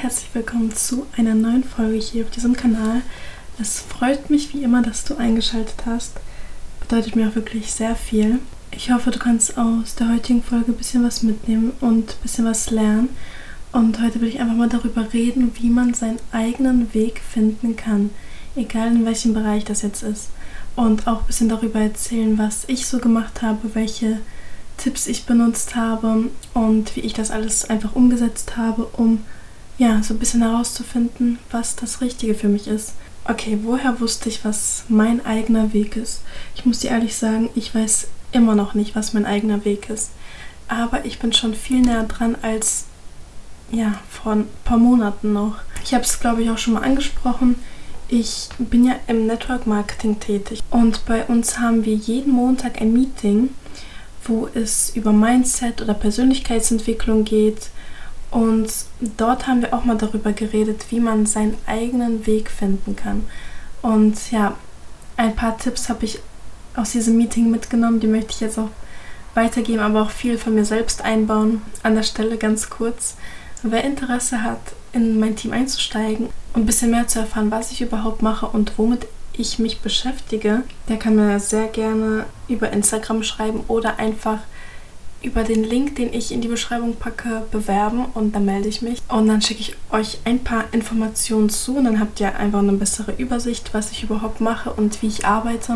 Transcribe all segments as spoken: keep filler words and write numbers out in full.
herzlich willkommen zu einer neuen Folge hier auf diesem Kanal. Es freut mich wie immer, dass du eingeschaltet hast. Bedeutet mir auch wirklich sehr viel. Ich hoffe, du kannst aus der heutigen Folge ein bisschen was mitnehmen und ein bisschen was lernen. Und heute will ich einfach mal darüber reden, wie man seinen eigenen Weg finden kann. Egal in welchem Bereich das jetzt ist. Und auch ein bisschen darüber erzählen, was ich so gemacht habe, welche Tipps ich benutzt habe und wie ich das alles einfach umgesetzt habe, um ja, so ein bisschen herauszufinden, was das Richtige für mich ist. Okay, woher wusste ich, was mein eigener Weg ist? Ich muss dir ehrlich sagen, ich weiß immer noch nicht, was mein eigener Weg ist. Aber ich bin schon viel näher dran als ja, vor ein paar Monaten noch. Ich habe es, glaube ich, auch schon mal angesprochen. Ich bin ja im Network Marketing tätig und bei uns haben wir jeden Montag ein Meeting, wo es über Mindset oder Persönlichkeitsentwicklung geht. Und dort haben wir auch mal darüber geredet, wie man seinen eigenen Weg finden kann. Und ja, ein paar Tipps habe ich aus diesem Meeting mitgenommen, die möchte ich jetzt auch weitergeben, aber auch viel von mir selbst einbauen. An der Stelle ganz kurz. Wer Interesse hat, in mein Team einzusteigen und ein bisschen mehr zu erfahren, was ich überhaupt mache und womit ich mich beschäftige, der kann mir sehr gerne über Instagram schreiben oder einfach über den Link, den ich in die Beschreibung packe, bewerben und dann melde ich mich. Und dann schicke ich euch ein paar Informationen zu und dann habt ihr einfach eine bessere Übersicht, was ich überhaupt mache und wie ich arbeite.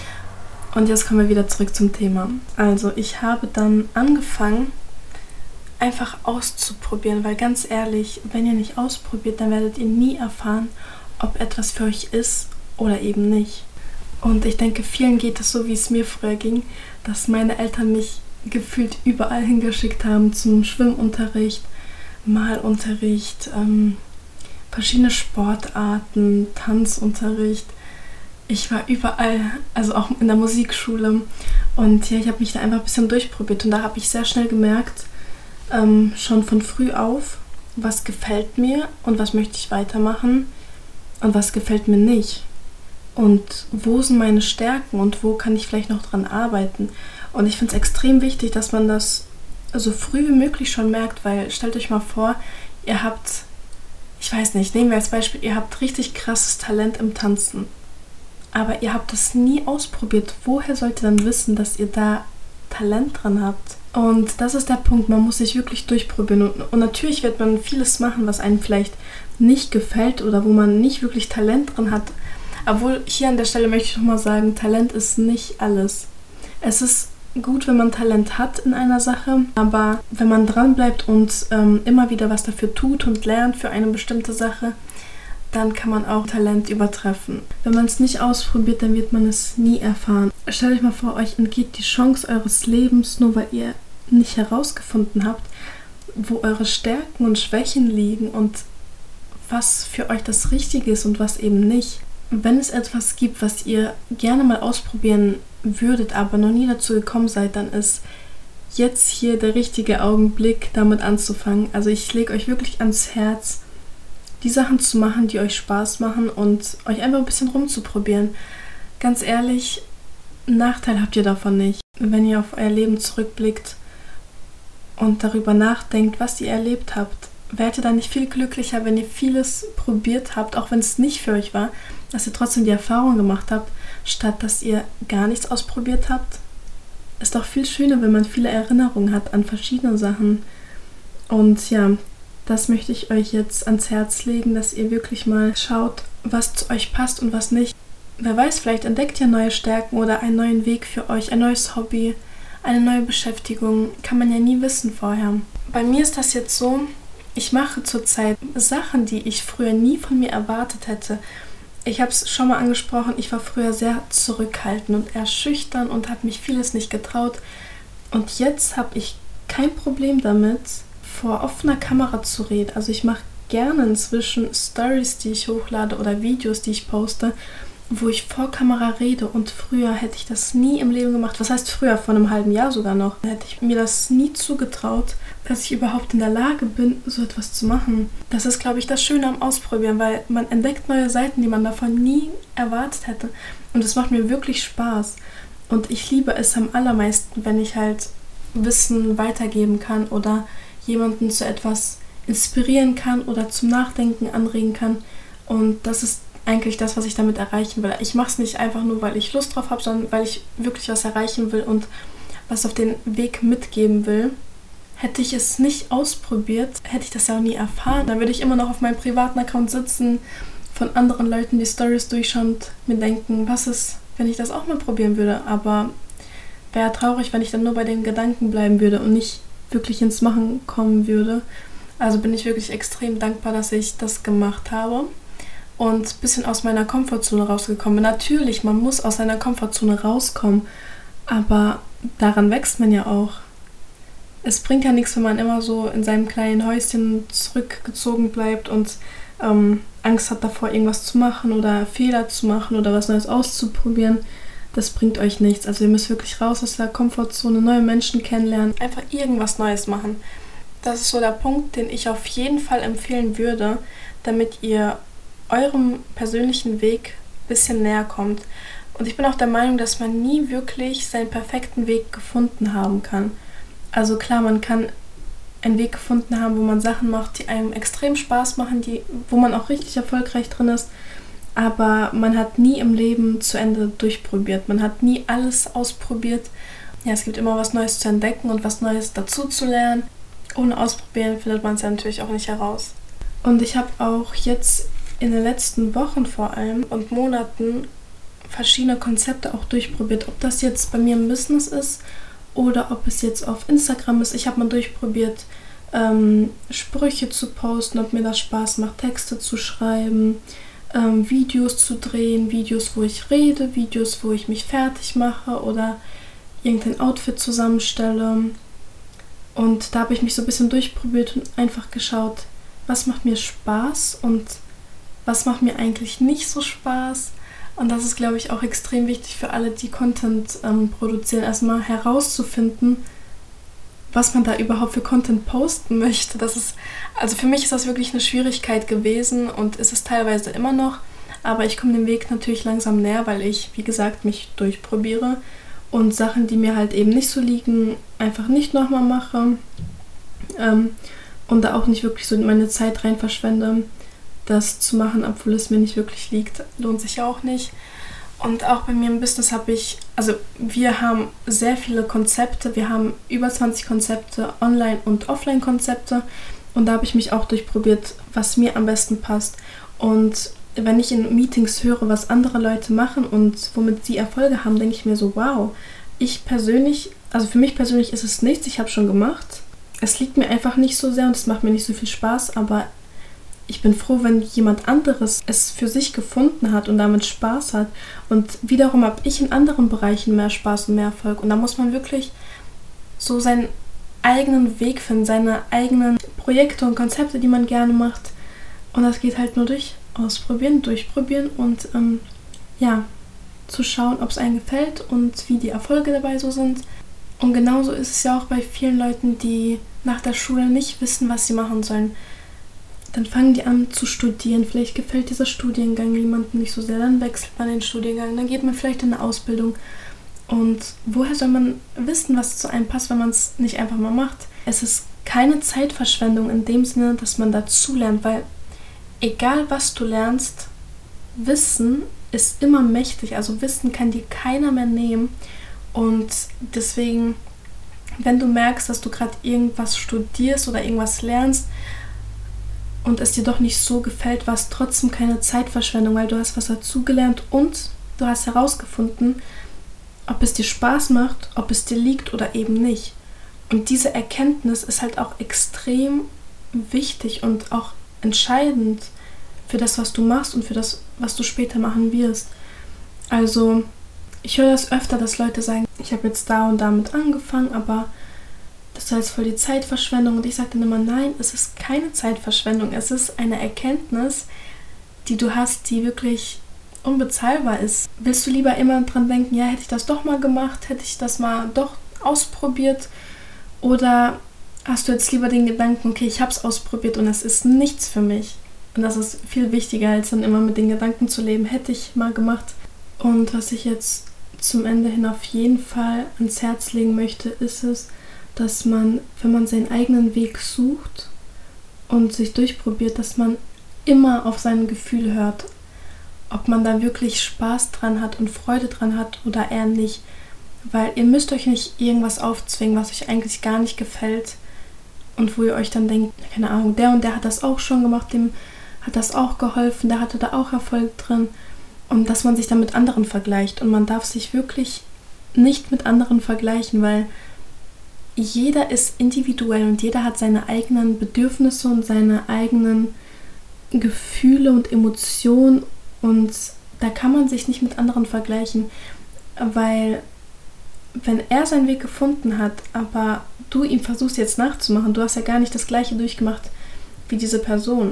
Und jetzt kommen wir wieder zurück zum Thema. Also ich habe dann angefangen, einfach auszuprobieren, weil ganz ehrlich, wenn ihr nicht ausprobiert, dann werdet ihr nie erfahren, ob etwas für euch ist oder eben nicht. Und ich denke, vielen geht es so, wie es mir früher ging, dass meine Eltern mich gefühlt überall hingeschickt haben, zum Schwimmunterricht, Malunterricht, ähm, verschiedene Sportarten, Tanzunterricht. Ich war überall, also auch in der Musikschule. Und ja, ich habe mich da einfach ein bisschen durchprobiert. Und da habe ich sehr schnell gemerkt, ähm, schon von früh auf, was gefällt mir und was möchte ich weitermachen und was gefällt mir nicht. Und wo sind meine Stärken und wo kann ich vielleicht noch dran arbeiten? Und ich finde es extrem wichtig, dass man das so früh wie möglich schon merkt, weil stellt euch mal vor, ihr habt, ich weiß nicht, nehmen wir als Beispiel, ihr habt richtig krasses Talent im Tanzen, aber ihr habt das nie ausprobiert. Woher sollt ihr dann wissen, dass ihr da Talent dran habt? Und das ist der Punkt, man muss sich wirklich durchprobieren. Und, und natürlich wird man vieles machen, was einem vielleicht nicht gefällt oder wo man nicht wirklich Talent dran hat. Obwohl, hier an der Stelle möchte ich nochmal sagen, Talent ist nicht alles. Es ist gut, wenn man Talent hat in einer Sache, aber wenn man dranbleibt und ähm, immer wieder was dafür tut und lernt für eine bestimmte Sache, dann kann man auch Talent übertreffen. Wenn man es nicht ausprobiert, dann wird man es nie erfahren. Stellt euch mal vor, euch entgeht die Chance eures Lebens, nur weil ihr nicht herausgefunden habt, wo eure Stärken und Schwächen liegen und was für euch das Richtige ist und was eben nicht. Wenn es etwas gibt, was ihr gerne mal ausprobieren würdet, aber noch nie dazu gekommen seid, dann ist jetzt hier der richtige Augenblick, damit anzufangen. Also ich lege euch wirklich ans Herz, die Sachen zu machen, die euch Spaß machen und euch einfach ein bisschen rumzuprobieren. Ganz ehrlich, einen Nachteil habt ihr davon nicht. Wenn ihr auf euer Leben zurückblickt und darüber nachdenkt, was ihr erlebt habt, werdet ihr dann nicht viel glücklicher, wenn ihr vieles probiert habt, auch wenn es nicht für euch war, dass ihr trotzdem die Erfahrung gemacht habt, statt dass ihr gar nichts ausprobiert habt? Ist doch viel schöner, wenn man viele Erinnerungen hat an verschiedene Sachen. Und ja, das möchte ich euch jetzt ans Herz legen, dass ihr wirklich mal schaut, was zu euch passt und was nicht. Wer weiß, vielleicht entdeckt ihr neue Stärken oder einen neuen Weg für euch, ein neues Hobby, eine neue Beschäftigung. Kann man ja nie wissen vorher. Bei mir ist das jetzt so, ich mache zurzeit Sachen, die ich früher nie von mir erwartet hätte. Ich habe es schon mal angesprochen, ich war früher sehr zurückhaltend und eher schüchtern und habe mich vieles nicht getraut. Und jetzt habe ich kein Problem damit, vor offener Kamera zu reden. Also ich mache gerne inzwischen Stories, die ich hochlade oder Videos, die ich poste, wo ich vor Kamera rede. Und früher hätte ich das nie im Leben gemacht. Was heißt früher? Vor einem halben Jahr sogar noch. Da hätte ich mir das nie zugetraut, dass ich überhaupt in der Lage bin, so etwas zu machen. Das ist, glaube ich, das Schöne am Ausprobieren, weil man entdeckt neue Seiten, die man davon nie erwartet hätte. Und es macht mir wirklich Spaß. Und ich liebe es am allermeisten, wenn ich halt Wissen weitergeben kann oder jemanden zu etwas inspirieren kann oder zum Nachdenken anregen kann. Und das ist eigentlich das, was ich damit erreichen will. Ich mache es nicht einfach nur, weil ich Lust drauf habe, sondern weil ich wirklich was erreichen will und was auf den Weg mitgeben will. Hätte ich es nicht ausprobiert, hätte ich das ja auch nie erfahren. Dann würde ich immer noch auf meinem privaten Account sitzen, von anderen Leuten die Stories durchschauen und mir denken, was ist, wenn ich das auch mal probieren würde. Aber wäre traurig, wenn ich dann nur bei den Gedanken bleiben würde und nicht wirklich ins Machen kommen würde. Also bin ich wirklich extrem dankbar, dass ich das gemacht habe und ein bisschen aus meiner Komfortzone rausgekommen bin. Natürlich, man muss aus seiner Komfortzone rauskommen, aber daran wächst man ja auch. Es bringt ja nichts, wenn man immer so in seinem kleinen Häuschen zurückgezogen bleibt und ähm, Angst hat davor, irgendwas zu machen oder Fehler zu machen oder was Neues auszuprobieren. Das bringt euch nichts. Also ihr müsst wirklich raus aus der Komfortzone, neue Menschen kennenlernen, einfach irgendwas Neues machen. Das ist so der Punkt, den ich auf jeden Fall empfehlen würde, damit ihr eurem persönlichen Weg ein bisschen näher kommt. Und ich bin auch der Meinung, dass man nie wirklich seinen perfekten Weg gefunden haben kann. Also klar, man kann einen Weg gefunden haben, wo man Sachen macht, die einem extrem Spaß machen, die, wo man auch richtig erfolgreich drin ist, aber man hat nie im Leben zu Ende durchprobiert. Man hat nie alles ausprobiert. Ja, es gibt immer was Neues zu entdecken und was Neues dazu zu lernen. Ohne Ausprobieren findet man es ja natürlich auch nicht heraus. Und ich habe auch jetzt in den letzten Wochen vor allem und Monaten verschiedene Konzepte auch durchprobiert. Ob das jetzt bei mir im Business ist oder ob es jetzt auf Instagram ist. Ich habe mal durchprobiert, ähm, Sprüche zu posten, ob mir das Spaß macht, Texte zu schreiben, ähm, Videos zu drehen, Videos, wo ich rede, Videos, wo ich mich fertig mache oder irgendein Outfit zusammenstelle. Und da habe ich mich so ein bisschen durchprobiert und einfach geschaut, was macht mir Spaß und was macht mir eigentlich nicht so Spaß. Und das ist, glaube ich, auch extrem wichtig für alle, die Content ähm, produzieren, erstmal herauszufinden, was man da überhaupt für Content posten möchte. Das ist, also für mich ist das wirklich eine Schwierigkeit gewesen und ist es teilweise immer noch. Aber ich komme dem Weg natürlich langsam näher, weil ich, wie gesagt, mich durchprobiere und Sachen, die mir halt eben nicht so liegen, einfach nicht nochmal mache ähm, und da auch nicht wirklich so meine Zeit rein verschwende, das zu machen, obwohl es mir nicht wirklich liegt. Lohnt sich ja auch nicht. Und auch bei mir im Business habe ich, also wir haben sehr viele Konzepte, wir haben über zwanzig Konzepte, Online- und Offline-Konzepte und da habe ich mich auch durchprobiert, was mir am besten passt. Und wenn ich in Meetings höre, was andere Leute machen und womit sie Erfolge haben, denke ich mir so, wow, ich persönlich, also für mich persönlich ist es nichts, ich habe schon gemacht. Es liegt mir einfach nicht so sehr und es macht mir nicht so viel Spaß, aber ich bin froh, wenn jemand anderes es für sich gefunden hat und damit Spaß hat. Und wiederum habe ich in anderen Bereichen mehr Spaß und mehr Erfolg. Und da muss man wirklich so seinen eigenen Weg finden, seine eigenen Projekte und Konzepte, die man gerne macht. Und das geht halt nur durch Ausprobieren, Durchprobieren und ähm, ja, zu schauen, ob es einem gefällt und wie die Erfolge dabei so sind. Und genauso ist es ja auch bei vielen Leuten, die nach der Schule nicht wissen, was sie machen sollen. Dann fangen die an zu studieren. Vielleicht gefällt dieser Studiengang jemandem nicht so sehr. Dann wechselt man den Studiengang. Dann geht man vielleicht in eine Ausbildung. Und woher soll man wissen, was zu einem passt, wenn man es nicht einfach mal macht? Es ist keine Zeitverschwendung in dem Sinne, dass man dazu lernt. Weil egal, was du lernst, Wissen ist immer mächtig. Also Wissen kann dir keiner mehr nehmen. Und deswegen, wenn du merkst, dass du gerade irgendwas studierst oder irgendwas lernst, und es dir doch nicht so gefällt, war es trotzdem keine Zeitverschwendung, weil du hast was dazugelernt und du hast herausgefunden, ob es dir Spaß macht, ob es dir liegt oder eben nicht. Und diese Erkenntnis ist halt auch extrem wichtig und auch entscheidend für das, was du machst und für das, was du später machen wirst. Also ich höre das öfter, dass Leute sagen, ich habe jetzt da und damit angefangen, aber das ist jetzt voll die Zeitverschwendung. Und ich sage dann immer, nein, es ist keine Zeitverschwendung. Es ist eine Erkenntnis, die du hast, die wirklich unbezahlbar ist. Willst du lieber immer dran denken, ja, hätte ich das doch mal gemacht, hätte ich das mal doch ausprobiert? Oder hast du jetzt lieber den Gedanken, okay, ich habe es ausprobiert und es ist nichts für mich? Und das ist viel wichtiger, als dann immer mit den Gedanken zu leben, hätte ich mal gemacht. Und was ich jetzt zum Ende hin auf jeden Fall ans Herz legen möchte, ist es, dass man, wenn man seinen eigenen Weg sucht und sich durchprobiert, dass man immer auf sein Gefühl hört, ob man da wirklich Spaß dran hat und Freude dran hat oder eher nicht. Weil ihr müsst euch nicht irgendwas aufzwingen, was euch eigentlich gar nicht gefällt und wo ihr euch dann denkt, keine Ahnung, der und der hat das auch schon gemacht, dem hat das auch geholfen, der hatte da auch Erfolg drin. Und dass man sich dann mit anderen vergleicht. Und man darf sich wirklich nicht mit anderen vergleichen, weil jeder ist individuell und jeder hat seine eigenen Bedürfnisse und seine eigenen Gefühle und Emotionen. Und da kann man sich nicht mit anderen vergleichen, weil wenn er seinen Weg gefunden hat, aber du ihm versuchst jetzt nachzumachen, du hast ja gar nicht das Gleiche durchgemacht wie diese Person.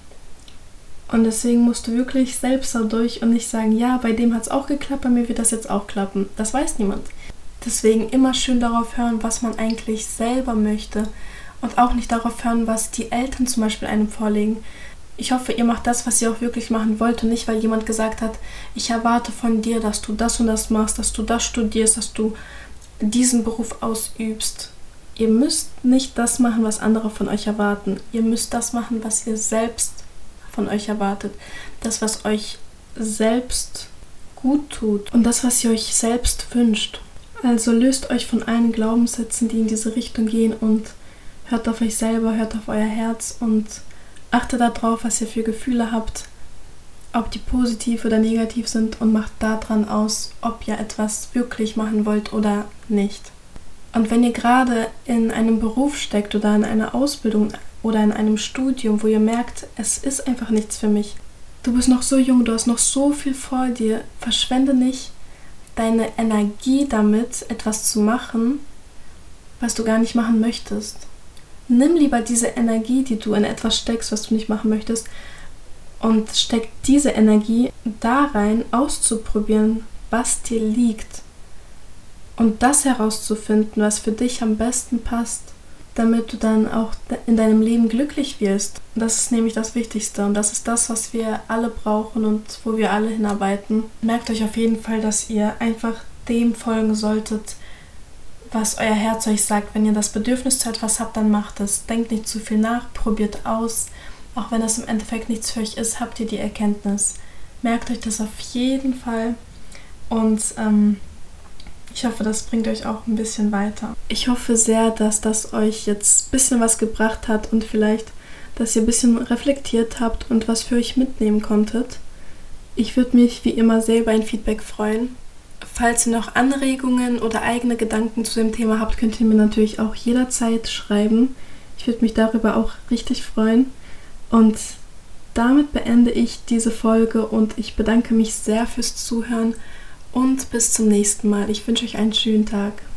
Und deswegen musst du wirklich selbst da durch und nicht sagen, ja, bei dem hat es auch geklappt, bei mir wird das jetzt auch klappen. Das weiß niemand. Deswegen immer schön darauf hören, was man eigentlich selber möchte und auch nicht darauf hören, was die Eltern zum Beispiel einem vorlegen. Ich hoffe, ihr macht das, was ihr auch wirklich machen wollt und nicht, weil jemand gesagt hat, ich erwarte von dir, dass du das und das machst, dass du das studierst, dass du diesen Beruf ausübst. Ihr müsst nicht das machen, was andere von euch erwarten. Ihr müsst das machen, was ihr selbst von euch erwartet. Das, was euch selbst gut tut und das, was ihr euch selbst wünscht. Also löst euch von allen Glaubenssätzen, die in diese Richtung gehen und hört auf euch selber, hört auf euer Herz und achtet darauf, was ihr für Gefühle habt, ob die positiv oder negativ sind und macht daran aus, ob ihr etwas wirklich machen wollt oder nicht. Und wenn ihr gerade in einem Beruf steckt oder in einer Ausbildung oder in einem Studium, wo ihr merkt, es ist einfach nichts für mich. Du bist noch so jung, du hast noch so viel vor dir. Verschwende nicht deine Energie damit, etwas zu machen, was du gar nicht machen möchtest. Nimm lieber diese Energie, die du in etwas steckst, was du nicht machen möchtest, und steck diese Energie da rein, auszuprobieren, was dir liegt. Und das herauszufinden, was für dich am besten passt, damit du dann auch in deinem Leben glücklich wirst. Das ist nämlich das Wichtigste und das ist das, was wir alle brauchen und wo wir alle hinarbeiten. Merkt euch auf jeden Fall, dass ihr einfach dem folgen solltet, was euer Herz euch sagt. Wenn ihr das Bedürfnis zu etwas habt, dann macht es. Denkt nicht zu viel nach, probiert aus. Auch wenn das im Endeffekt nichts für euch ist, habt ihr die Erkenntnis. Merkt euch das auf jeden Fall und ähm, ich hoffe, das bringt euch auch ein bisschen weiter. Ich hoffe sehr, dass das euch jetzt ein bisschen was gebracht hat und vielleicht, dass ihr ein bisschen reflektiert habt und was für euch mitnehmen konntet. Ich würde mich wie immer sehr über ein Feedback freuen. Falls ihr noch Anregungen oder eigene Gedanken zu dem Thema habt, könnt ihr mir natürlich auch jederzeit schreiben. Ich würde mich darüber auch richtig freuen. Und damit beende ich diese Folge und ich bedanke mich sehr fürs Zuhören. Und bis zum nächsten Mal. Ich wünsche euch einen schönen Tag.